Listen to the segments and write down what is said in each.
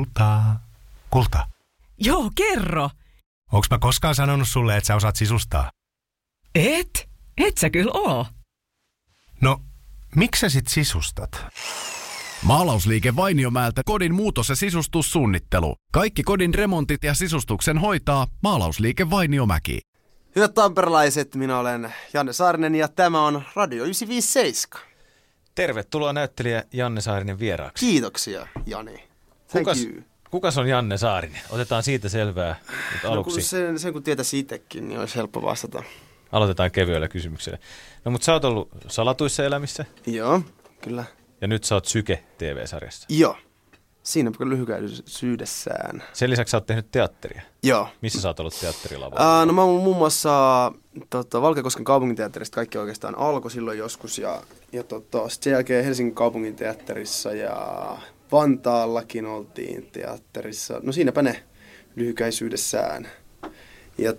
Kulta. Joo, kerro. Onks mä koskaan sanonut sulle, että sä osaat sisustaa? Et sä kyllä oo. No, miksi sä sit sisustat? Maalausliike Vainiomäeltä kodin muutos- ja sisustussuunnittelu. Kaikki kodin remontit ja sisustuksen hoitaa Maalausliike Vainiomäki. Hyvät tamperelaiset, minä olen Janne Saarinen ja tämä on Radio 957. Tervetuloa näyttelijä Janne Saarinen vieraaksi. Kiitoksia, Jani. Kukas on Janne Saarinen? Otetaan siitä selvää nyt aluksi. Sen kun tietäisi itsekin, niin olisi helppo vastata. Aloitetaan kevyellä kysymyksellä. No mutta sä oot ollut Salatuissa elämissä. Joo, kyllä. Ja nyt sä oot Syke TV-sarjassa. Joo, siinä lyhykäisyydessään. Sen lisäksi sä oot tehnyt teatteria. Joo. Missä sä oot ollut teatterilavalla? No mä oon muun muassa Valkeakosken kaupunginteatterista kaikki oikeastaan alkoi silloin joskus. Ja sitten sen jälkeen Helsingin kaupunginteatterissa ja Vantaallakin oltiin teatterissa. No siinäpä ne lyhykäisyydessään. Ja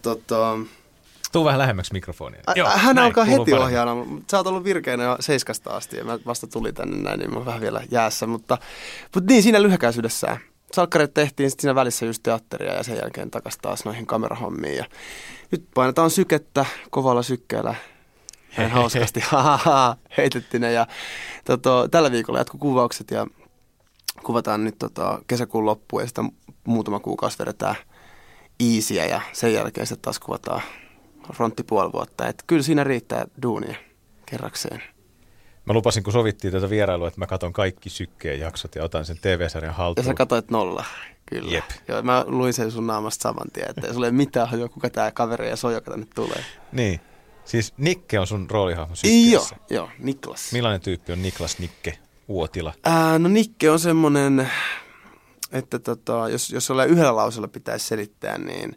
Tuu vähän lähemmäksi mikrofonia. Hän näin, alkaa heti paremmin. ohjaana. Sä oot ollut virkeänä jo 7 asti ja mä vasta tulin tänne näin, niin mä oon vähän vielä jäässä. Mutta niin, siinä lyhykäisyydessään. Salkkareet tehtiin sitten siinä välissä just teatteria ja sen jälkeen takaisin taas noihin kamerahommiin. Ja nyt painetaan Sykettä kovalla sykkeellä. Näin hauskasti heitettiin ne. Ja tällä viikolla jatkokuvaukset ja kuvataan nyt kesäkuun loppuun ja sitten muutama kuukausi vedetään easyä ja sen jälkeen sitten taas kuvataan fronttipuoli vuotta. Että kyllä siinä riittää duunia kerrakseen. Mä lupasin, kun sovittiin tätä vierailua, että mä katon kaikki Sykkeen jaksot ja otan sen TV-sarjan haltuun. Ja sä katoit 0, kyllä. Jep. Joo, mä luin sen sun naamasta saman tien, että ei sulle mitään hajua, kuka tää kaveri ja se on, joka tänne tulee. Niin. Siis Nikke on sun roolihahmo Sykkeessä. Joo, Niklas. Millainen tyyppi on Niklas Nikke Uotila? No Nikke on semmonen, että jos jollain yhdellä lausella pitäisi selittää, niin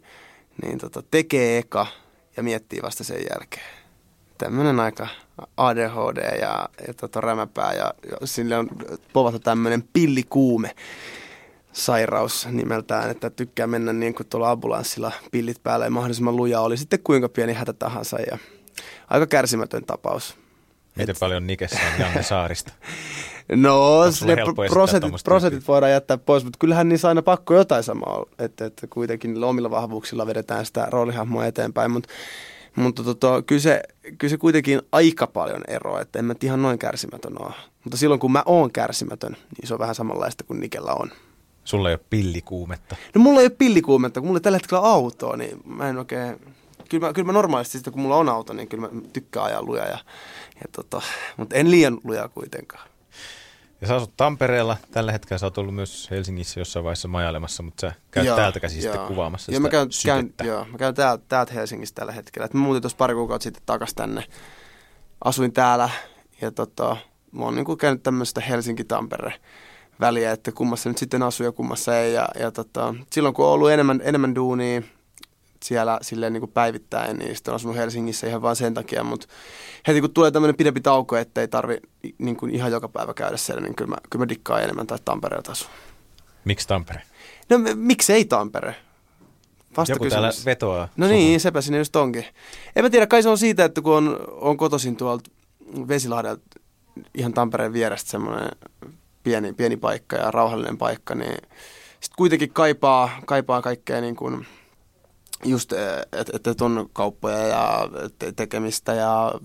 tekee eka ja miettii vasta sen jälkeen. Tämmöinen aika ADHD ja rämäpää ja sille on povata tämmöinen pillikuume sairaus nimeltään, että tykkää mennä niin kuin tuolla ambulanssilla pillit päällä ja mahdollisimman luja oli sitten kuinka pieni hätä tahansa ja aika kärsimätön tapaus. Miten paljon Nikessä on Janne Saarista? No, ne prosentit voidaan jättää pois, mutta kyllähän niissä aina pakko jotain samaa olla, että kuitenkin omilla vahvuuksilla vedetään sitä roolihahmoa eteenpäin, mutta kyllä se kuitenkin aika paljon eroa, että en mä ihan noin kärsimätön ole. Mutta silloin kun mä oon kärsimätön, niin se on vähän samanlaista kuin Nikellä on. Sulla ei ole pillikuumetta. No mulla ei ole pillikuumetta, kun mulla ei tällä hetkellä autoa, niin mä en oikein... Kyllä mä normaalisti sitten, kun mulla on auto, niin kyllä mä tykkään ajaa luja, mutta en liian lujaa kuitenkaan. Ja sä asut Tampereella. Tällä hetkellä sä oot ollut myös Helsingissä jossain vaiheessa majailemassa, mutta sä käyt täältä käsin sitten kuvaamassa sitä Sykettä. Mä käyn täältä Helsingissä tällä hetkellä. Mä muutin tuossa pari kuukautta sitten takaisin tänne. Asuin täällä ja mä oon niin käynyt tämmöistä Helsinki-Tampere väliä, että kummassa nyt sitten asuu ja kummassa ei. Ja silloin kun on ollut enemmän duunia siellä silleen niin kuin päivittäin, niin sitten on asunut Helsingissä ihan vaan sen takia, mutta heti kun tulee tämmöinen pidempi tauko, että ei tarvi niin kuin ihan joka päivä käydä siellä, niin kyllä mä dikkaan enemmän tai Tampereelta asun. Miksi Tampere? No miksi ei Tampere? Joku täällä vetoaa. No niin, sepä sinne just onkin. En mä tiedä, kai se on siitä, että kun on kotoisin tuolta Vesilahdelta ihan Tampereen vierestä semmoinen pieni paikka ja rauhallinen paikka, niin sitten kuitenkin kaipaa kaikkea niin kuin just, että on kauppoja ja tekemistä ja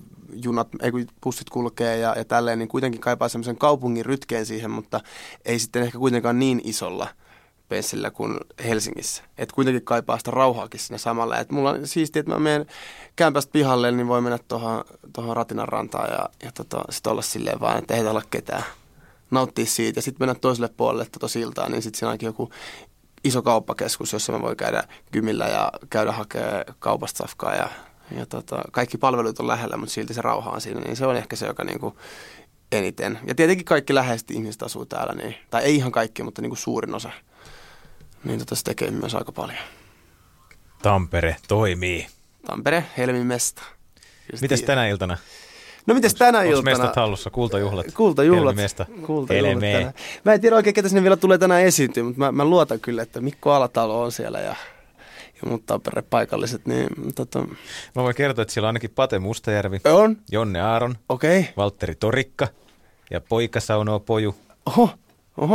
bussit kulkee ja tälleen, niin kuitenkin kaipaa semmoisen kaupungin rytkeen siihen, mutta ei sitten ehkä kuitenkaan niin isolla penssillä kuin Helsingissä. Että kuitenkin kaipaa sitä rauhaakin siinä samalla. Että mulla on siistiä, että mä menen kämpästä pihalle, niin voi mennä tuohon Ratinan rantaan ja sitten olla silleen vaan, että ei olla ketään. Nauttia siitä ja sitten mennä toiselle puolelle siltaa, niin sitten siinä onkin joku iso kauppakeskus, jossa mä voin käydä kymillä ja käydä hakemaan kaupasta safkaa ja kaikki palvelut on lähellä, mutta silti se rauha on siinä, niin se on ehkä se, joka niinku eniten. Ja tietenkin kaikki läheiset ihmiset asuu täällä, niin, tai ei ihan kaikki, mutta niinku suurin osa. Niin se tekee myös aika paljon. Tampere toimii. Tampere, Helmi-mesta. Mites tänä iltana? No mites tänä iltana? Onko mestat hallussa? Kultajuhlat. Kultajuhlat. Mä en tiedä oikein, ketä sinne vielä tulee tänään esiintyä, mutta mä luotan kyllä, että Mikko Alatalo on siellä ja muut Tampereen paikalliset. Niin, Mä voin kertoa, että siellä on ainakin Pate Mustajärvi, on. Jonne Aaron, Okay. Valtteri Torikka ja poika saunoo Poju. Oho.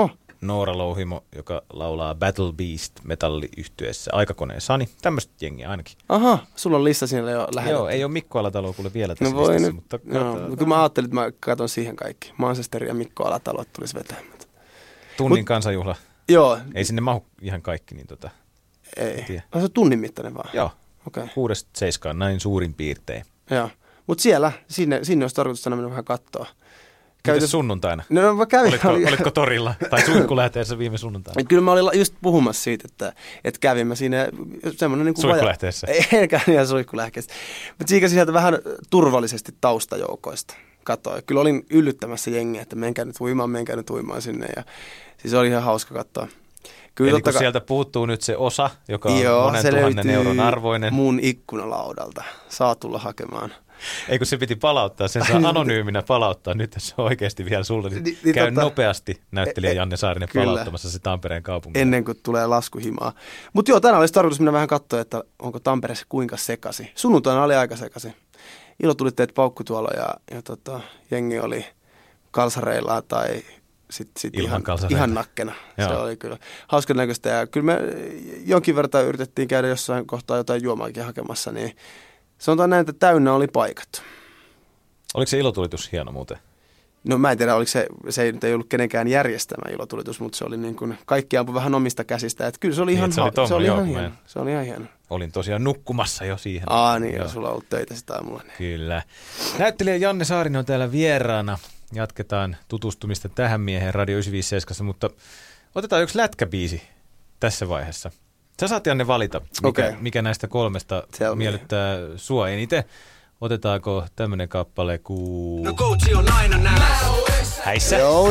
Noora Louhimo, joka laulaa Battle Beast metalliyhtyeessä, Aikakoneen Sani, tämmöistä jengiä ainakin. Aha, sulla on lista siellä jo lähetetty. Joo, ei ole Mikko Alatalo kuule vielä tässä listassa, nyt, mutta kyllä mä ajattelin, että mä katson siihen kaikki. Manchester ja Mikko Alatalo tulisi vetämään. Tunnin kansanjuhla. Joo. Ei sinne mahu ihan kaikki, niin Ei. On se tunnin mittainen vaan? Joo. Okay. 6-7, näin suurin piirtein. Joo. Mutta sinne olisi tarkoitus mennä vähän katsoa. Mites sunnuntaina? No mä kävin. Olitko torilla tai suihkulähteessä viime sunnuntaina? Kyllä mä olin just puhumassa siitä, että kävimme siinä semmoinen niin kuin suihkulähteessä? Ei käynyt ihan suihkulähteessä. Mutta siikasin sieltä vähän turvallisesti taustajoukoista. Katoin. Kyllä olin yllyttämässä jengiä, että menkää nyt uimaan sinne. Ja siis oli ihan hauska katsoa. Kyllä eli kun sieltä puuttuu nyt se osa, joka on monen tuhannen euron arvoinen. Mun ikkunalaudalta. Saa tulla hakemaan. Ei kun se piti palauttaa, sen saa anonyyminä palauttaa. Nyt se on oikeasti vielä sulle. Niin käy nopeasti näyttelijä Janne Saarinen palauttamassa se Tampereen kaupungin. Ennen kuin tulee laskuhimaa. Mutta joo, tänään olisi tarkoitus mennä vähän katsoa, että onko Tampereessa kuinka sekasi. Sunnuntaina oli aika sekasi. Ilotulitteet paukku tuolla ja jengi oli kalsareilla tai sitten ihan nakkena. Joo. Se oli kyllä hauskan näköistä. Ja kyllä me jonkin verran yritettiin käydä jossain kohtaa jotain juomaakin hakemassa, niin sanotaan näin, että täynnä oli paikat. Oliko se ilotulitus hieno muuten? No mä en tiedä, oliko se ei ollut kenenkään järjestämä ilotulitus, mutta se oli niin kuin, kaikki ampui vähän omista käsistä. Että kyllä se oli ihan hieno. Se oli ihan hieno. Olin tosiaan nukkumassa jo siihen. Niin, joo. Sulla on ollut töitä sitä aamulla. Niin. Kyllä. Näyttelijä Janne Saarinen on täällä vieraana. Jatketaan tutustumista tähän mieheen Radio 957, mutta otetaan yksi lätkäbiisi tässä vaiheessa. Sä saat, Janne, valita, mikä näistä kolmesta miellyttää sua eniten. Otetaanko tämmönen kappale kuin... No coachi on aina nälässä. Häissä? Joo,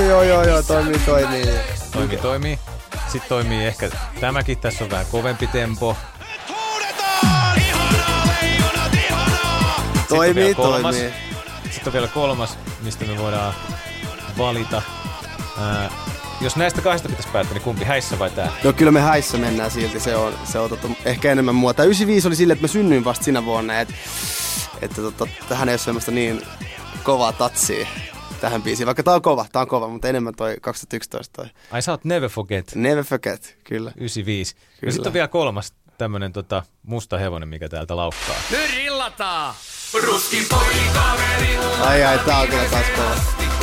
Toimii. Sitten toimii ehkä tämäkin, tässä on vähän kovempi tempo. Toimii. Sitten on vielä kolmas, mistä me voidaan valita. Jos näistä kahdesta pitäisi päättää, niin kumpi, häissä vai tää? No kyllä me häissä mennään silti, se on ehkä enemmän mua. Tämä 95 oli silleen, että mä synnyin vasta sinä vuonna, että tähän ei ole semmoista niin kovaa tatsia tähän biisiin. Vaikka tää on kova, mutta enemmän toi 2011 toi. Ai sä oot Never Forget. Never Forget, kyllä. 95. Kyllä. Ja sitten on vielä kolmas tämmönen musta hevonen, mikä täältä laukkaa. Nyt rillataan! Ruskin poikaverilla. Ai, tää on kyllä taas kova.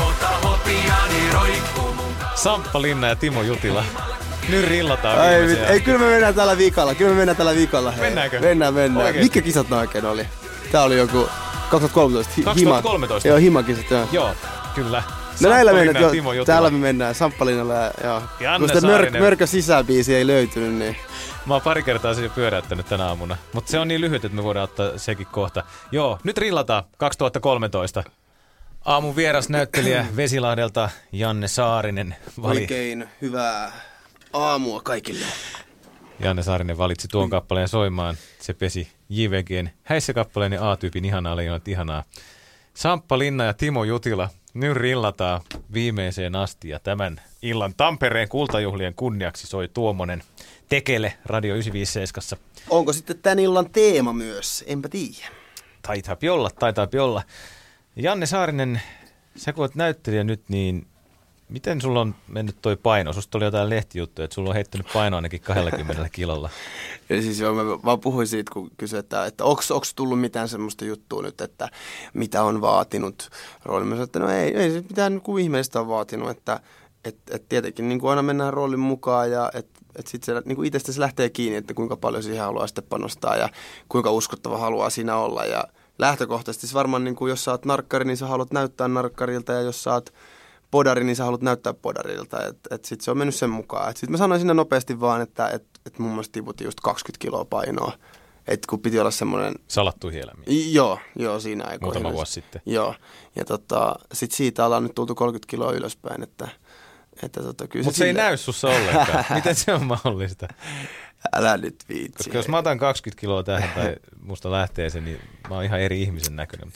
Samppa Linna ja Timo Jutila. Nyt rillataan. Ei, kyllä me mennään tällä viikolla. Hei. Mennäänkö? Mennään. Oikein. Mitkä kisat oikein oli? Tää oli joku 2013. 2013? Joo, himakisat, joo. Joo, kyllä. No näillä mennään, joo. Täällä me mennään. Samppa Linnalla ja kun sitä Mörkö sisäbiisi ei löytynyt, niin... Mä oon pari kertaa sen jo pyöräyttänyt tänä aamuna, mutta se on niin lyhyt, että me voidaan ottaa sekin kohta. Joo, nyt rillataan 2013. Aamun vieras näyttelijä Vesilahdelta Janne Saarinen. Oikein hyvää aamua kaikille. Janne Saarinen valitsi tuon kappaleen soimaan. Se pesi JVGn häissä kappaleen ja A-tyypin ihanaa leijonat ihanaa. Samppa Linna ja Timo Jutila. Nyt rillataan viimeiseen asti ja tämän illan Tampereen kultajuhlien kunniaksi soi tuommoinen tekele Radio 957. Onko sitten tämän illan teema myös? Enpä tiedä. Taitaa olla. Janne Saarinen, sä kun olet näyttelijä nyt, niin miten sulla on mennyt toi paino? Susta oli jotain lehtijuttuja, että sulla on heittänyt painoa ainakin 20 kilolla. Ja siis joo, mä vaan puhuin siitä, kun kysyin, että onko tullut mitään semmoista juttua nyt, että mitä on vaatinut rooli. Mä sanoin, että no ei se mitään niin ihmeellistä on vaatinut, että tietenkin niin kuin aina mennään roolin mukaan ja että sitten se niin itsestä se lähtee kiinni, että kuinka paljon siihen haluaa sitten panostaa ja kuinka uskottava haluaa siinä olla. Ja lähtökohtaisesti varmaan, niin kuin jos sä oot narkkari, niin sä haluat näyttää narkkarilta ja jos sä oot podari, niin sä haluat näyttää podarilta. Että sitten se on mennyt sen mukaan. Sitten mä sanoin sinne nopeasti vaan, että mun mielestä tiputin just 20 kiloa painoa. Että kun piti olla semmoinen... Salattu hielämiä. Joo, siinä aikoina. Muutama vuosi sitten. Joo, ja sitten siitä ollaan nyt tultu 30 kiloa ylöspäin, että mutta se ei näy sussa ollenkaan. Miten se on mahdollista? Älä nyt viitsi. Koska jos mä otan 20 kiloa tähän tai musta lähtee se, niin mä oon ihan eri ihmisen näköinen.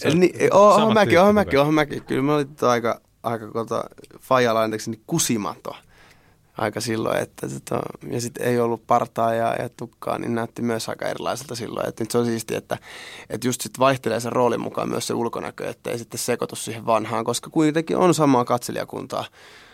Oon mäkin. Kyllä mä olin aika faijalla niin kusimato aika silloin, että ja sitten ei ollut partaa ja tukkaa, niin näytti myös aika erilaiselta silloin. Että nyt se on siistiä, että just sitten vaihtelee sen roolin mukaan myös se ulkonäkö, että ei sitten sekoitu siihen vanhaan, koska kuitenkin on samaa katselijakuntaa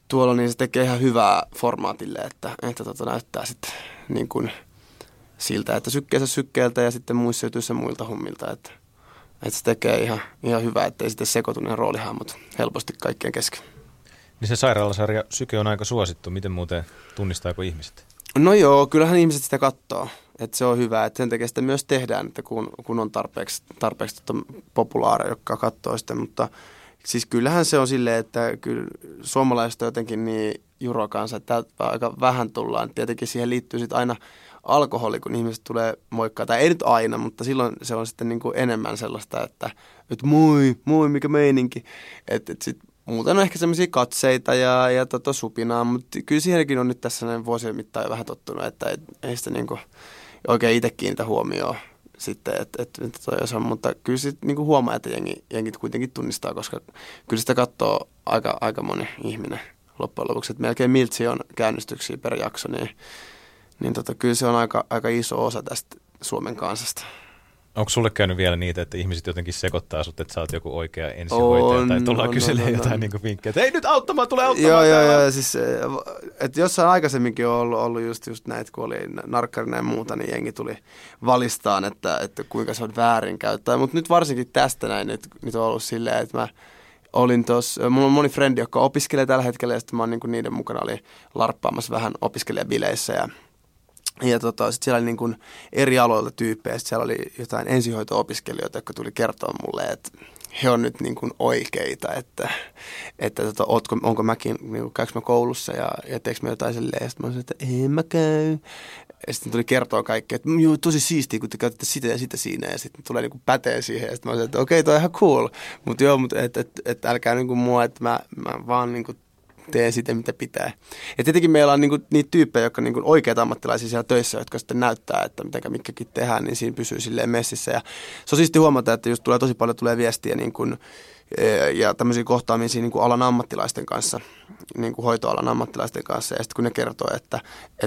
tuolla, niin se tekee ihan hyvää formaatille, että näyttää sitten niin kuin siltä, että sykkeensä sykkeeltä ja sitten muissa jutuissa muilta hummilta, että se tekee ihan hyvää, ettei sitten sekoitu ne roolihahmot helposti kaikkien kesken. Niin se sairaalasarja Syke on aika suosittu. Miten muuten tunnistaako ihmiset? No joo, kyllähän ihmiset sitä katsoo. Että se on hyvä, että sen takia sitä myös tehdään, että kun on tarpeeksi populaaria, joka katsoo sitä. Mutta siis kyllähän se on silleen, että kyllä suomalaiset on jotenkin niin jurokansa, että aika vähän tullaan. Tietenkin siihen liittyy sitten aina alkoholi, kun ihmiset tulee moikkaa. Tai ei nyt aina, mutta silloin se on sitten niin kuin enemmän sellaista, että moi, mikä meininki. Että sitten muuten on ehkä semmoisia katseita ja supinaa, mutta kyllä siihenkin on nyt tässä näin vuosien mittaan jo vähän tottunut, että ei sitä niinku oikein itse kiinnitä huomioon sitten, että toi on, mutta kyllä sitten niinku huomaa, että jengi kuitenkin tunnistaa, koska kyllä sitä katsoo aika moni ihminen loppujen lopuksi, että melkein miltsi käynnistyksiä per jakso, niin kyllä se on aika iso osa tästä Suomen kansasta. Onko sulle käynyt vielä niitä, että ihmiset jotenkin sekoittaa sut, että sä oot joku oikea ensihoitaja tai tullaan kyselemään jotain niinku vinkkejä, että ei nyt auttamaan, tule auttamaan. Joo, siis että jossain aikaisemmin on ollut just näitä, kun oli narkkarina ja muuta, niin jengi tuli valistaan, että kuinka se on väärinkäyttää. Mutta nyt varsinkin tästä näin, nyt on ollut silleen, että mä olin mulla on moni frendi, joka opiskelee tällä hetkellä, ja sitten mä oon niin niiden mukana oli larppaamassa vähän opiskelijabileissä, ja sitten siellä oli niin kuin eri aloilta tyyppejä. Sitten siellä oli jotain ensihoito-opiskelijoita, jotka tuli kertoa mulle, että he on nyt niin kuin oikeita, että onko mäkin, niin käykö mä koulussa ja teekö mä jotain silleen. Ja sitten mä sanoin, että en mä käy. Ja sitten tuli kertoa kaikkea, että joo, tosi siistiä, kun te käytätte sitä ja sitä siinä. Ja sitten tulee niin kuin päteen siihen. Ja sitten mä sanoin, että okei, toi on ihan cool. Mutta joo, että älkää niin kuin mua, että mä vaan niin kuin tee sitä, mitä pitää. Ja tietenkin meillä on niinku niitä tyyppejä, jotka on niinku oikeita ammattilaisia siellä töissä, jotka sitten näyttää, että mitkäkin tehdään, niin siinä pysyy silleen messissä. Ja se on siisti huomata, että just tosi paljon tulee viestiä niinku, ja tämmöisiä kohtaamisia niinku alan ammattilaisten kanssa, niinku hoitoalan ammattilaisten kanssa. Ja sitten kun ne kertoo, että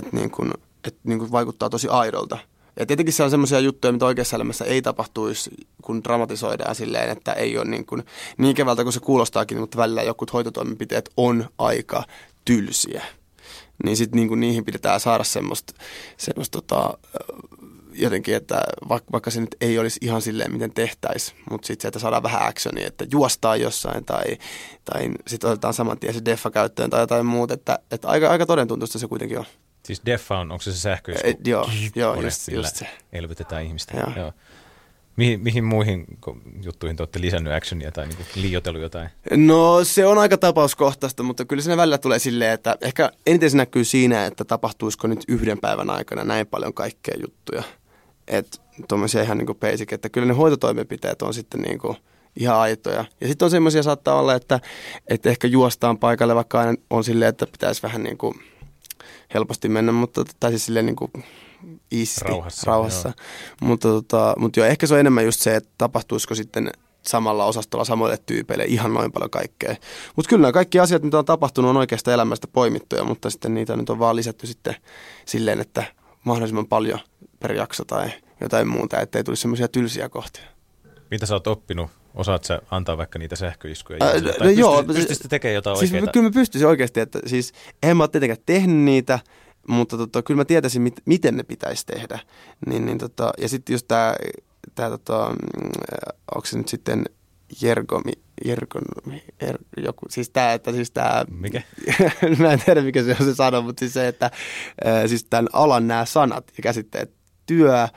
niinku vaikuttaa tosi aidolta. Ja tietenkin se on semmoisia juttuja, mitä oikeassa elämässä ei tapahtuisi, kun dramatisoidaan silleen, että ei ole niin kevältä kuin se kuulostaakin, mutta välillä jokut hoitotoimenpiteet on aika tylsiä. Niin sitten niin niihin pidetään saada semmoista jotenkin, että vaikka se nyt ei olisi ihan silleen, miten tehtäisiin, mutta sitten sieltä saadaan vähän actionia, että juostaan jossain tai sitten otetaan saman tien se deffa käyttöön tai jotain muuta, että aika todentuntuista se kuitenkin on. Siis deffa onko se sähköisku? Joo, just se. Elvytetään ihmistä. Joo. Mihin muihin juttuihin te olette lisännyt actionia tai niinku liioitellut jotain? No se on aika tapauskohtaista, mutta kyllä siinä välillä tulee silleen, että ehkä eniten se näkyy siinä, että tapahtuisiko nyt yhden päivän aikana näin paljon kaikkea juttuja. Että tuommoisia ihan niinku basic, että kyllä ne hoitotoimenpiteet on sitten niinku ihan aitoja. Ja sitten on semmoisia saattaa olla, että ehkä juostaan paikalle, vaikka aina on silleen, että pitäisi vähän niinku helposti mennä, mutta tai siis silleen niinku iisti, rauhassa. Mutta joo, ehkä se on enemmän just se, että tapahtuisiko sitten samalla osastolla samoille tyypeille ihan noin paljon kaikkea. Mutta kyllä nämä kaikki asiat, mitä on tapahtunut, on oikeasta elämästä poimittuja, mutta sitten niitä nyt on vaan lisätty sitten silleen, että mahdollisimman paljon per jakso tai jotain muuta, ettei tulisi semmoisia tylsiä kohtia. Mitä sä oot oppinut? Osaat sä antaa vaikka niitä sähköiskuja? Pystyisit tekemään jotain oikeaa? Siis kyllä mä pystyisin oikeasti, että siis en mä ole tietenkään tehnyt niitä, mutta kyllä mä tietäisin, miten ne pitäisi tehdä. Ja sitten just tää onko se nyt sitten joku, siis tää, mikä? Mä en tiedä, mikä se on se sana, mutta siis se, että siis tämän alan nämä sanat ja käsitteet, työ,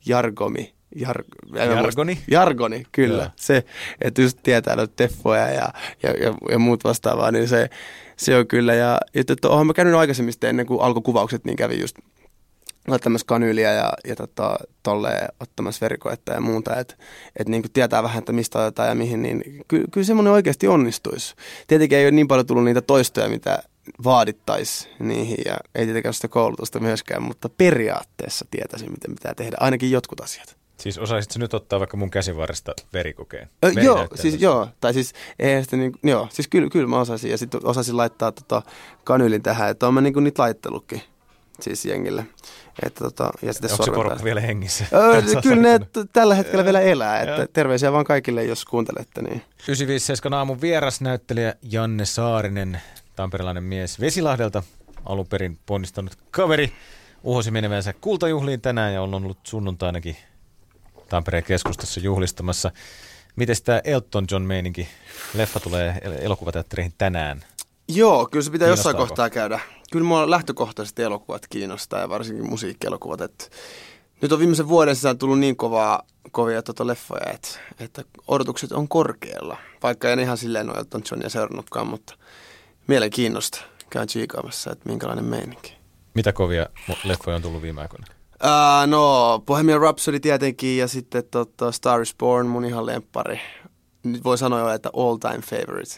jargoni, kyllä. Joo. Se, että just tietää noita teffoja ja muut vastaavaa, niin se on kyllä. Ja oonhan mä käynyt aikaisemmin ennen kuin alkoi kuvaukset, niin kävin just laittamassa kanyyliä ja tolleen ottamassa verikoetta ja muuta, että niin kuin tietää vähän, että mistä otetaan ja mihin, niin kyllä semmoinen oikeasti onnistuisi. Tietenkin ei ole niin paljon tullut niitä toistoja, mitä vaadittaisiin niihin ja ei tietenkään sitä koulutusta myöskään, mutta periaatteessa tietäisin, miten pitää tehdä, ainakin jotkut asiat. Siis osaisitko nyt ottaa vaikka mun käsivarresta verikokeen? Siis kyllä mä osaisin ja sitten osasin laittaa kanyylin tähän, että on mä niinku niitä laittelutkin siis jengille. Onko se porukka vielä hengissä? Kyllä ne tällä hetkellä vielä elää, että terveisiä vaan kaikille, jos kuuntelette. Niin. 957 aamun vierasnäyttelijä Janne Saarinen tamperelainen mies Vesilahdelta, alun perin ponnistanut kaveri, uhosi menevänsä kultajuhliin tänään ja on ollut sunnuntainakin Tampereen keskustassa juhlistamassa. Miten tämä Elton John-meininki? Leffa tulee elokuvateattereihin tänään. Joo, kyllä se pitää jossain kohtaa käydä. Kyllä mua lähtökohtaisesti elokuvat kiinnostaa ja varsinkin musiikkielokuvat. Että nyt on viimeisen vuoden sisään tullut niin kovia leffoja, että odotukset on korkealla. Vaikka en ihan silleen ole Elton Johnia seurannutkaan, mutta mielenkiinnosta käyn tsiikaamassa, että minkälainen meininki. Mitä kovia leffoja on tullut viime aikoina? No, Bohemian Rhapsody tietenkin ja sitten Star is Born, mun ihan lemppari. Nyt voi sanoa jo, että all time favorite.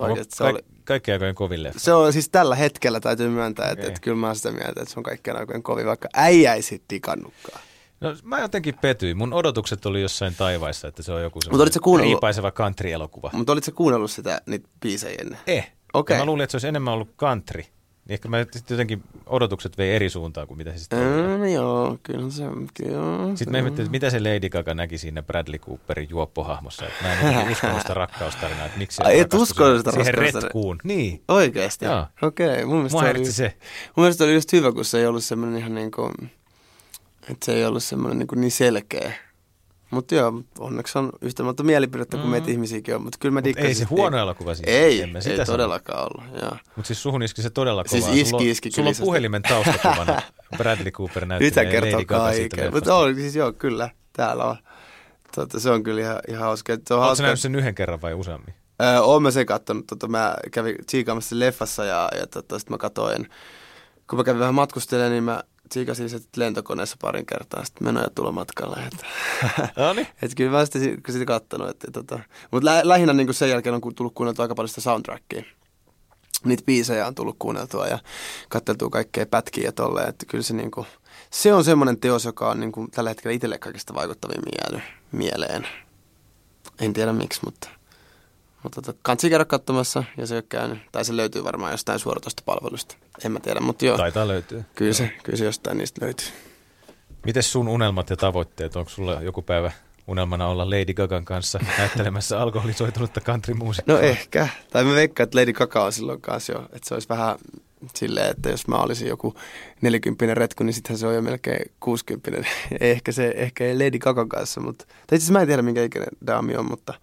Kaikki aikojen kovin leffa. Se on siis tällä hetkellä täytyy myöntää, että kyllä mä oon sitä mieltä, että se on kaikkien aikojen kovin, vaikka äijä ei sit tikannutkaan. No mä jotenkin petyin. Mun odotukset oli jossain taivaissa, että se on joku semmoinen riipaiseva country-elokuva. Mutta olitko kuunnellut niitä biisejä ennen? Okay. Mä luulin, että se olisi enemmän ollut country. Ehkä mä jotenkin odotukset vei eri suuntaan kuin mitä se sitten oli. No joo, kyllä se on. Sitten mä ihmettelin, että mitä se Lady Gaga näki siinä Bradley Cooperin juoppohanossa. Että mä en uskonut sitä rakkaustarinaa, että miksi se rakastui siihen retkuun. Niin. Oikeasti? Okei. Mua häiritsi se. Mun mielestä oli just hyvä, kun se ei ollut semmoinen ihan niin kuin, että se ei ollut semmoinen niin selkeä. Mutta joo, onneksi on yhtä monta mielipidettä kuin meitä ihmisiäkin on, mutta kyllä mä dikkasin. Ei se huono elokuva siis. Ei todellakaan ollut. Mutta siis suhun iski se todella kovaa. Siis iski sulla on puhelimen taustakuvana Bradley Cooper näyttelee Lady Gaga siitä leffasta. Mutta oli siis joo, kyllä. Täällä on. Se on kyllä ihan hauska. Oletko sä nähnyt sen yhden kerran vai useammin? Oon mä sen kattonut. Mä kävin tsiikaamassa sen leffassa ja sitten mä katsoin. Kun mä kävin vähän matkustelemaan, niin mä tsiikasin se lentokoneessa parin kertaa, sitten meno- ja tulomatkalla. Että kyllä mä sitä kattonut. Mutta lähinnä niin sen jälkeen on tullut kuunneltua aika paljon sitä soundtrackia. Niitä biisejä on tullut kuunneltua ja katseltua kaikkea pätkiä ja tolleen. Että kyllä se, niin kuin, se on semmoinen teos, joka on niin kuin, tällä hetkellä itselle kaikista vaikuttavimmin jäänyt mieleen. En tiedä miksi, mutta kansi käydä katsomassa ja se ei ole käynyt. Tai se löytyy varmaan jostain suoratoistopalvelusta. En mä tiedä, mutta joo. Taitaa löytyä. Kyllä se jostain niistä löytyy. Mites sun unelmat ja tavoitteet? Onko sulla joku päivä unelmana olla Lady Gagan kanssa näyttelemässä alkoholisoitunutta country-muusikkoa? No ehkä. Tai mä veikkaan, että Lady Gaga on silloin kanssa jo. Että se olisi vähän silleen, että jos mä olisin joku 40 retku, niin sittenhän se on jo melkein 60. Ehkä ei Lady Gagan kanssa, mutta... Tai itse asiassa mä en tiedä, minkä ikäinen daami on, mutta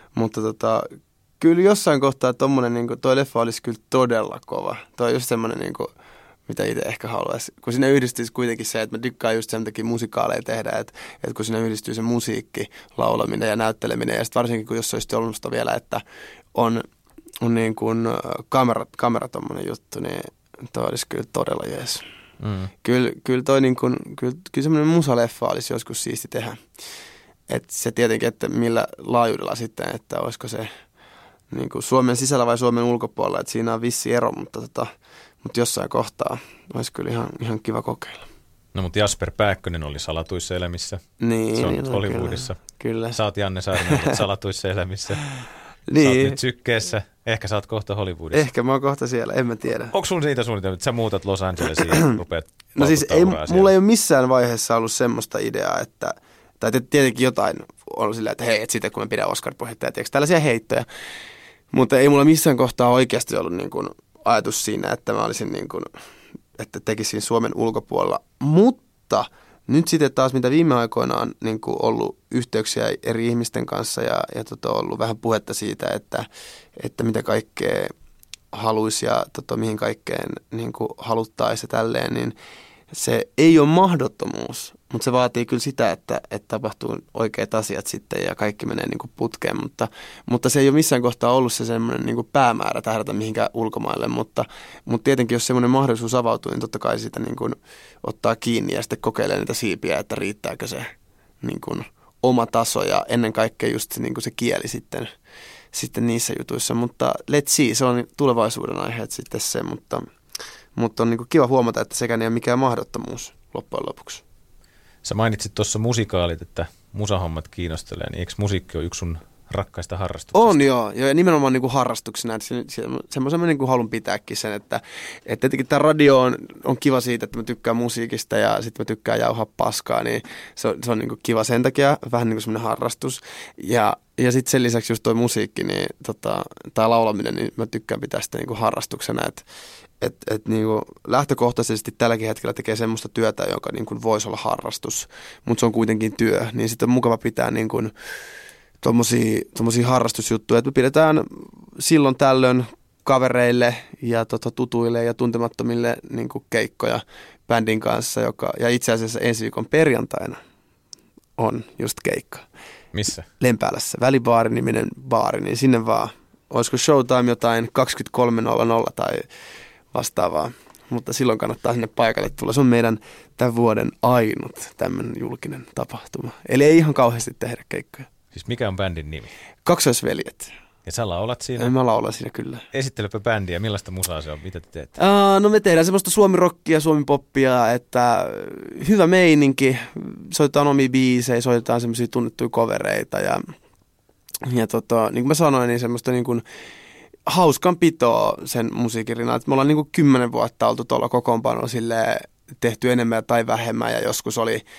kyllä jossain kohtaa tommonen, niin toi leffa olisi kyllä todella kova. Toi on just semmoinen, niin kuin, mitä itse ehkä haluaisi. Kun siinä yhdistyisi kuitenkin se, että mä dikkaan just sen takia musikaaleja tehdä, että kun siinä yhdistyy se musiikki, laulaminen ja näytteleminen. Ja sitten varsinkin, kun jos olisi ollut sitä vielä, että on niin kuin kamera tommonen juttu, niin toi olisi kyllä todella jees. Kyllä toi niin kuin, kyllä semmoinen musaleffa olisi joskus siisti tehdä. Että se tietenkin, että millä laajuudella sitten, että olisiko se niin kuin Suomen sisällä vai Suomen ulkopuolella, että siinä on vissi ero, mutta jossain kohtaa olisi kyllä ihan kiva kokeilla. No mutta Jasper Pääkkönen oli Salatuissa elämissä. Niin. Se on nyt Hollywoodissa. Kyllä. Sä oot Janne Saarinen Salatuissa elämissä. Niin. Sä oot nyt Sykkeessä. Ehkä sä oot kohta Hollywoodissa. Ehkä mä oon kohta siellä, en mä tiedä. Onko sun siitä suunnitelma, että sä muutat Los Angelesiin ja rupeat no siis mulla ei ole missään vaiheessa ollut semmoista ideaa, että tai tietenkin jotain on sillä, että hei, että sitten kun mä pidän Oscar-puhetta, tiedätkö, tällaisia heittoja. Mutta ei mulla missään kohtaa oikeasti ollut niin kuin ajatus siinä, että mä olisin niin kuin, että tekisin Suomen ulkopuolella. Mutta nyt sitten taas, mitä viime aikoina on niin kuin ollut yhteyksiä eri ihmisten kanssa ja ollut vähän puhetta siitä, että mitä kaikkea haluaisi ja mihin kaikkeen niin kuin haluttaisi ja tälleen, niin se ei ole mahdottomuus, mutta se vaatii kyllä sitä, että tapahtuu oikeat asiat sitten ja kaikki menee niin kuin putkeen, mutta se ei ole missään kohtaa ollut se semmoinen niin kuin päämäärä tähdätä mihinkään ulkomaille, mutta tietenkin jos semmoinen mahdollisuus avautuu, niin totta kai sitä niin kuin ottaa kiinni ja sitten kokeilee niitä siipiä, että riittääkö se niin kuin oma taso ja ennen kaikkea just se, niin kuin se kieli sitten niissä jutuissa, mutta let's see, se on tulevaisuuden aiheet sitten se, mutta on niin kuin kiva huomata, että sekään ei ole mikään mahdottomuus loppujen lopuksi. Sä mainitsit tuossa musikaalit, että musahommat kiinnostelee, niin eikö musiikki ole yksi sun rakkaista harrastuksista. On joo, ja nimenomaan niin kuin harrastuksena, että semmoisen mä niin kuin haluan pitääkin sen, että tietenkin tämä radio on kiva siitä, että mä tykkään musiikista ja sitten mä tykkään jauhaa paskaa, niin se on niin kuin kiva sen takia, vähän niin kuin semmoinen harrastus. Ja sitten sen lisäksi just toi musiikki, niin tai laulaminen, niin mä tykkään pitää sitä niin kuin harrastuksena, että niin kuin lähtökohtaisesti tälläkin hetkellä tekee semmoista työtä, joka niin kuin voisi olla harrastus, mutta se on kuitenkin työ, niin sitten on mukava pitää niin kuin tommosia harrastusjuttuja, että me pidetään silloin tällöin kavereille ja tutuille ja tuntemattomille niin kuin keikkoja bändin kanssa, ja itse asiassa ensi viikon perjantaina on just keikka. Missä? Lempäälässä, Välibaari-niminen baari, niin sinne vaan. Olisiko showtime jotain 23.00 tai vastaavaa, mutta silloin kannattaa sinne paikalle tulla. Se on meidän tämän vuoden ainut tämmöinen julkinen tapahtuma. Eli ei ihan kauheasti tehdä keikkoja. Siis mikä on bändin nimi? Kaksoisveljet. Ja sä laulat siinä? Mä laulan siinä kyllä. Esittelepä bändiä, millaista musaa se on, mitä te teette? No me tehdään semmoista suomirockia, suomipoppia, että hyvä meininki, soitetaan omia biisejä, soitetaan semmoisia tunnettuja kovereita ja niin kuin mä sanoin, niin semmoista niin kuin hauskanpitoa sen musiikin rinnalla. Me ollaan niin kuin 10 vuotta oltu tuolla kokoonpanolla silleen tehty enemmän tai vähemmän ja joskus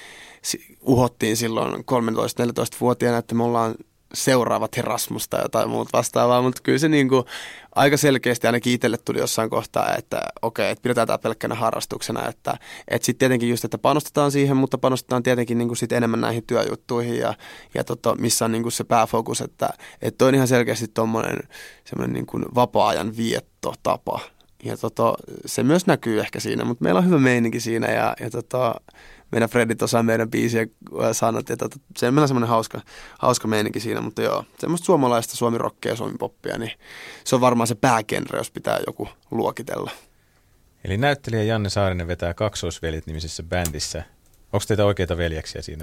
uhottiin silloin 13-14-vuotiaana, että me ollaan seuraavat Erasmus tai jotain muuta vastaavaa, mutta kyllä se niinku aika selkeästi ainakin itselle tuli jossain kohtaa, että okei, että pidetään tämä pelkkänä harrastuksena, että sitten tietenkin just, että panostetaan siihen, mutta panostetaan tietenkin niinku sit enemmän näihin työjuttuihin ja missä on niinku se pääfokus, että on ihan selkeästi tommoinen semmoinen niinku vapaa-ajan viettotapa ja se myös näkyy ehkä siinä, mutta meillä on hyvä meininki siinä ja meidän Fredit osaa meidän biisiä sanat ja se on meillä semmoinen hauska meininki siinä, mutta joo, semmoista suomalaista suomirockia ja suomipoppia, niin se on varmaan se päägenre, jos pitää joku luokitella. Eli näyttelijä Janne Saarinen vetää Kaksoisveljet-nimisessä bändissä. Onko teitä oikeita veljeksiä siinä?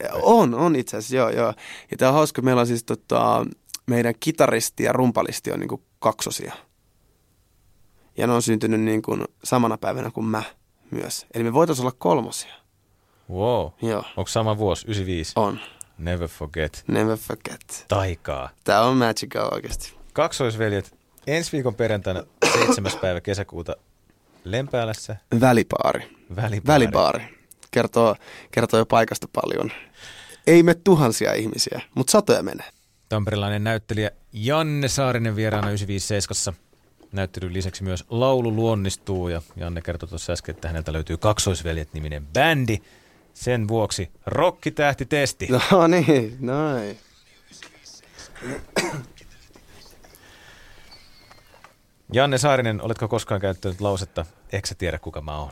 On itse asiassa, joo. Ja tämä on hauska, meillä on siis meidän kitaristi ja rumpalisti on niinku kaksosia. Ja ne on syntynyt niin kuin samana päivänä kuin mä myös. Eli me voitaisiin olla kolmosia. Wow. Joo. Onko sama vuosi, 95? On. Never forget. Never forget. Taikaa. Tää on magical oikeasti. Kaksoisveljet ensi viikon perjantaina 7. päivä kesäkuuta Lempäälässä. Välibaari. Kertoo jo paikasta paljon. Ei me tuhansia ihmisiä, mutta satoja menee. Tamperilainen näyttelijä Janne Saarinen vieraana 957. Näyttelyn lisäksi myös laulu luonnistuu ja Janne kertoi tuossa äsken, että häneltä löytyy Kaksoisveljet-niminen bändi. Sen vuoksi rokkitähtitesti. No niin, noin. Janne Saarinen, oletko koskaan käyttänyt lausetta, eikö sä tiedä kuka mä oon?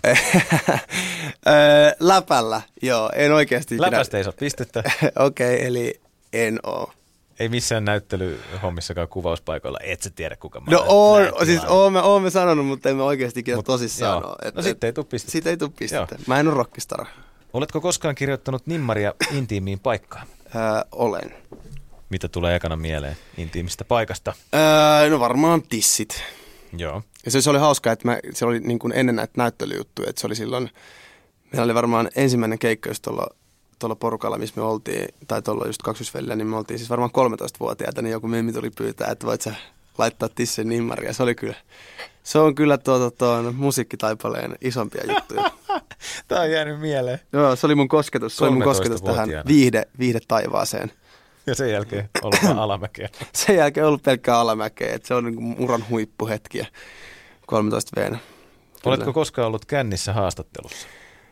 Läpällä, joo, en oikeasti. Läpästä ei saa pistettä. Okei, eli en oo. Ei missään näyttelyhommissakaan kuvauspaikoilla, et sä tiedä kuka mä oon. No oon me sanonut, mutta en mä oikeasti tosissaan oo. No sitten ei tuu pistettä. Siitä ei tuu pistettä. Mä en oo rockistara. Oletko koskaan kirjoittanut nimmaria intiimiin paikkaan? Olen. Mitä tulee ekana mieleen intiimistä paikasta? No varmaan tissit. Joo. Ja se oli hauskaa, että se oli niin kuin ennen näitä näyttelyjuttuja, että se oli silloin, meillä oli varmaan ensimmäinen keikka just tuolla porukalla, missä me oltiin, tai tuolla just Kaksoisveljellä, niin me oltiin siis varmaan 13-vuotiaita, niin joku mimmi tuli pyytää, että voit sä laittaa tissin nimmaria. Se on kyllä musiikkitaipaleen isompia juttuja. Tää on jäänyt mieleen. Joo, se oli mun kosketus tähän viihde-taivaaseen. Ja sen jälkeen ollut vaan alamäkeä. Sen jälkeen ollut pelkkää alamäkeä, että se on niin uran huippuhetkiä 13-vuotiaana. Oletko koskaan ollut kännissä haastattelussa?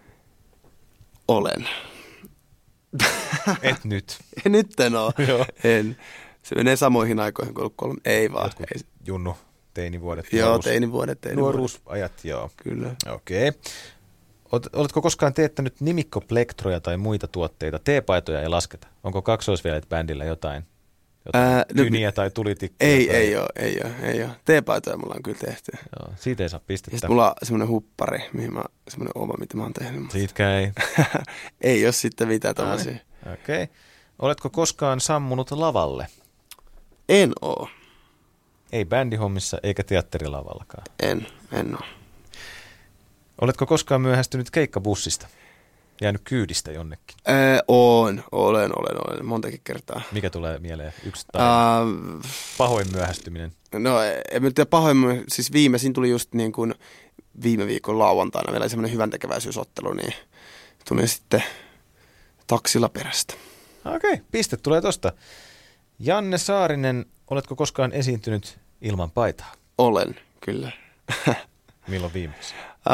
Olen. Et nyt. Nyt en oo. En. Se menee samoihin aikoihin kuin ollut Ei vaan. Ei. Junnu, teinivuodet. Joo, teinivuodet. Nuoruusajat, joo. Kyllä. Okei. Oletko koskaan teettänyt nimikkoplektoroja tai muita tuotteita? Teepaitoja ei lasketa. Onko Kaksoisveljet-bändillä jotain kyniä tai tulitikkuja? Ei ole. Teepaitoja mulla on kyllä tehty. Joo, siitä ei saa pistettä. Ja mulla on semmoinen huppari, semmoinen oma, mitä mä oon tehnyt. Siitäkään ei. Ei ole sitten mitään tommosia. Okei. Oletko koskaan sammunut lavalle? En oo. Ei bändihommissa eikä teatterilavallakaan. En oo. Oletko koskaan myöhästynyt keikkabussista? jäänyt kyydistä jonnekin? Olen montakin kertaa. Mikä tulee mieleen? Yksi tai pahoin myöhästyminen? No en tiedä pahoin, siis viimeisin tuli just niin kuin viime viikon lauantaina. Meillä oli semmoinen hyväntekeväisyysottelu, niin tuli sitten taksilla perästä. Okei, piste tulee tosta. Janne Saarinen, oletko koskaan esiintynyt ilman paitaa? Olen, kyllä. Milloin viimeksi?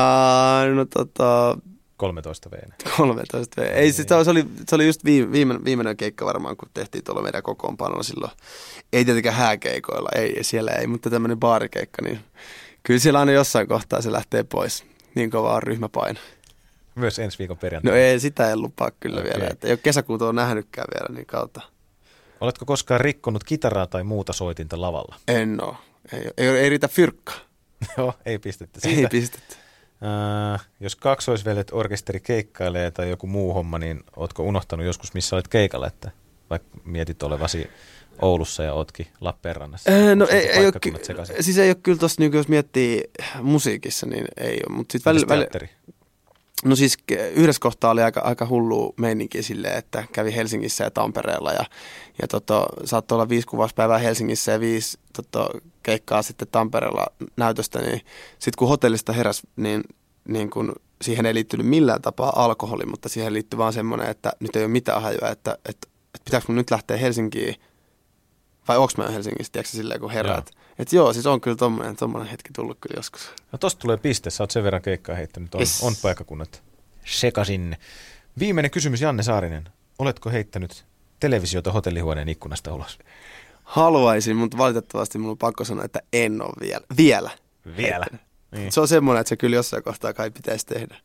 13 V. 13 V. Ei, se oli just viimeinen keikka varmaan, kun tehtiin tuolla meidän kokoonpanolla silloin. Ei tietenkään hääkeikoilla, siellä ei, mutta tämmöinen baarikeikka, niin kyllä siellä aina jossain kohtaa se lähtee pois. Niin kova on ryhmäpaino. Myös ensi viikon perjantaina? No ei, sitä en lupaa kyllä vielä. Että ei ole kesäkuuta on nähnytkään vielä niin kautta. Oletko koskaan rikkonut kitaraa tai muuta soitinta lavalla? En ole. Ei riitä fyrkkaa. Joo, ei pistettä siitä. Ei pistettä. Jos kaksoisveljet orkesteri keikkailee tai joku muu homma, niin ootko unohtanut joskus, missä olet keikalla, että vaikka mietit olevasi Oulussa ja ootkin Lappeenrannassa? No ei ole kyllä tossa, niin jos miettii musiikissa, niin ei ole. Mutta teatteri? No siis yhdessä kohtaa oli aika hullu meininki silleen, että kävi Helsingissä ja Tampereella ja saattoi olla 5 kuvauspäivää Helsingissä ja 5 keikkaa sitten Tampereella näytöstä, niin sitten kun hotellista heräsi, niin kun siihen ei liittynyt millään tapaa alkoholi, mutta siihen liittyi vaan semmoinen, että nyt ei ole mitään hajua, että pitääkö mun nyt lähteä Helsinkiin vai onko mä Helsingissä, tiedätkö silleen kun heräät. Että joo, siis on kyllä tommoinen hetki tullut kyllä joskus. No tosta tulee piste, sä oot sen verran keikkaa heittänyt, on paikkakunnat sekaisin. Viimeinen kysymys, Janne Saarinen. Oletko heittänyt televisiota hotellihuoneen ikkunasta ulos? Haluaisin, mutta valitettavasti mun on pakko sanoa, että en ole vielä. Vielä? Niin. Se on semmoinen, että se kyllä jossain kohtaa kai pitäisi tehdä.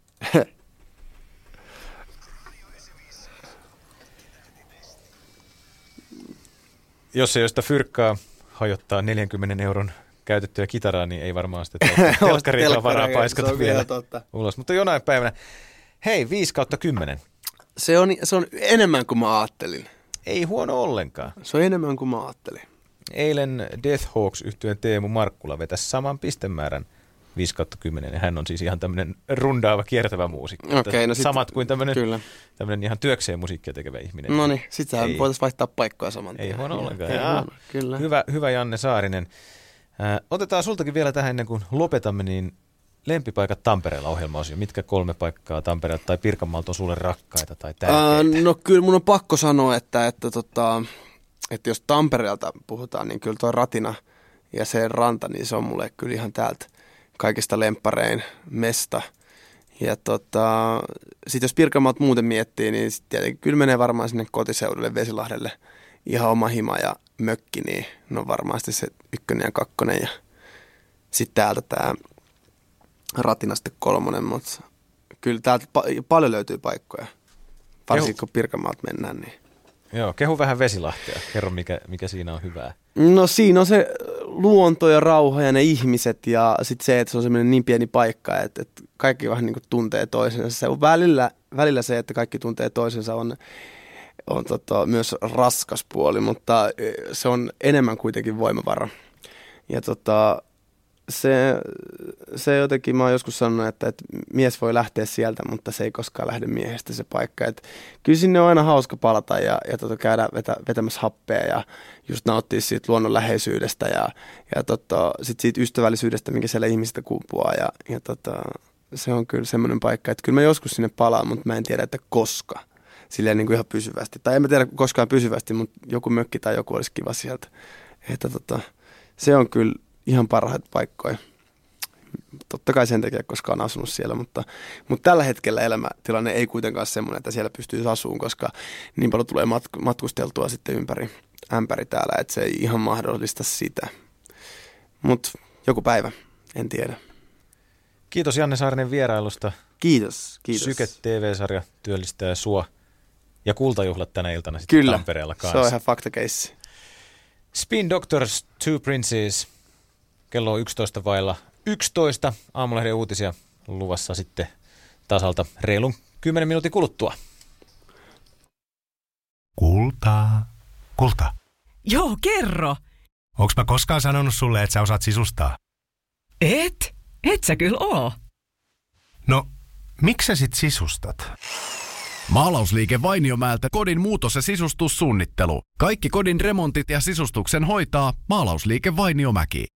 Jos ei josta fyrkkaa hajottaa 40 € käytettyä kitaraa, niin ei varmaan sitten telkkarilla varaa paiskata vielä ulos. Mutta jonain päivänä, hei, 5/10. Se on enemmän kuin mä ajattelin. Ei huono ollenkaan. Se on enemmän kuin mä ajattelin. Eilen Death Hawks -yhtyeen Teemu Markkula vetäisi saman pistemäärän 5/10. Hän on siis ihan tämmöinen rundaava, kiertävä muusikko. Okay, no samat kuin tämmöinen ihan työkseen musiikkia tekevä ihminen. No niin, sitähän voitaisiin vaihtaa paikkoja saman tien. Ei huono ollenkaan. Kyllä. Hyvä Janne Saarinen. Otetaan sultakin vielä tähän ennen kuin lopetamme, niin lempipaikat Tampereella -ohjelmaosio. Mitkä 3 paikkaa Tampereelta tai Pirkanmaalta on sulle rakkaita tai tärkeitä? No kyllä mun on pakko sanoa, että jos Tampereelta puhutaan, niin kyllä tuo Ratina ja se ranta, niin se on mulle kyllä ihan täältä kaikista lempparein mesta. Ja sitten jos Pirkanmaalta muuten miettii, niin tietenkin kyllä menee varmaan sinne kotiseudulle Vesilahdelle ihan oma hima ja mökki, niin no varmasti se 1 ja 2 ja sitten täältä tämä Ratina sitten 3, mutta kyllä täältä paljon löytyy paikkoja, varsinkin kun Pirkanmaalta mennään. Niin. Joo, kehu vähän Vesilahtea. Kerro, mikä siinä on hyvää. No siinä on se luonto ja rauha ja ne ihmiset ja sitten se, että se on semmoinen niin pieni paikka, että kaikki vähän niin kuin tuntee toisensa. Se on välillä se, että kaikki tuntee toisensa on myös raskas puoli, mutta se on enemmän kuitenkin voimavara. Ja se jotenkin, mä oon joskus sanonut, että mies voi lähteä sieltä, mutta se ei koskaan lähde miehestä se paikka. Et kyllä sinne on aina hauska palata ja käydä vetämässä happea ja just nauttia siitä luonnon läheisyydestä ja sit siitä ystävällisyydestä, mikä siellä ihmisistä kumpuaa. Ja se on kyllä semmoinen paikka, että kyllä mä joskus sinne palaan, mutta mä en tiedä, että koska. Silleen niin kuin ihan pysyvästi. Tai en mä tiedä koskaan pysyvästi, mutta joku mökki tai joku olisi kiva sieltä. Että se on kyllä ihan parhaita paikkoja. Totta kai sen takia, koska on asunut siellä, mutta tällä hetkellä elämätilanne ei kuitenkaan semmoinen, että siellä pystyisi asumaan, koska niin paljon tulee matkusteltua sitten ympäri ämpäri täällä, että se ei ihan mahdollista sitä. Mutta joku päivä, en tiedä. Kiitos Janne Saarinen vierailusta. Kiitos. Syke TV-sarja työllistää sua ja kultajuhlat tänä iltana sitten Tampereella kanssa. Kyllä, se on ihan faktakeissi. Spin Doctors, Two Princes. Kello on 11:11. Aamulehden uutisia luvassa sitten tasalta reilun 10 minuutin kuluttua. Kulta. Joo, kerro. Onks mä koskaan sanonut sulle, että sä osaat sisustaa? Et sä kyllä oo. No, miksi sä sit sisustat? Maalausliike Vainiomäeltä kodin muutos- ja sisustussuunnittelu. Kaikki kodin remontit ja sisustuksen hoitaa Maalausliike Vainiomäki.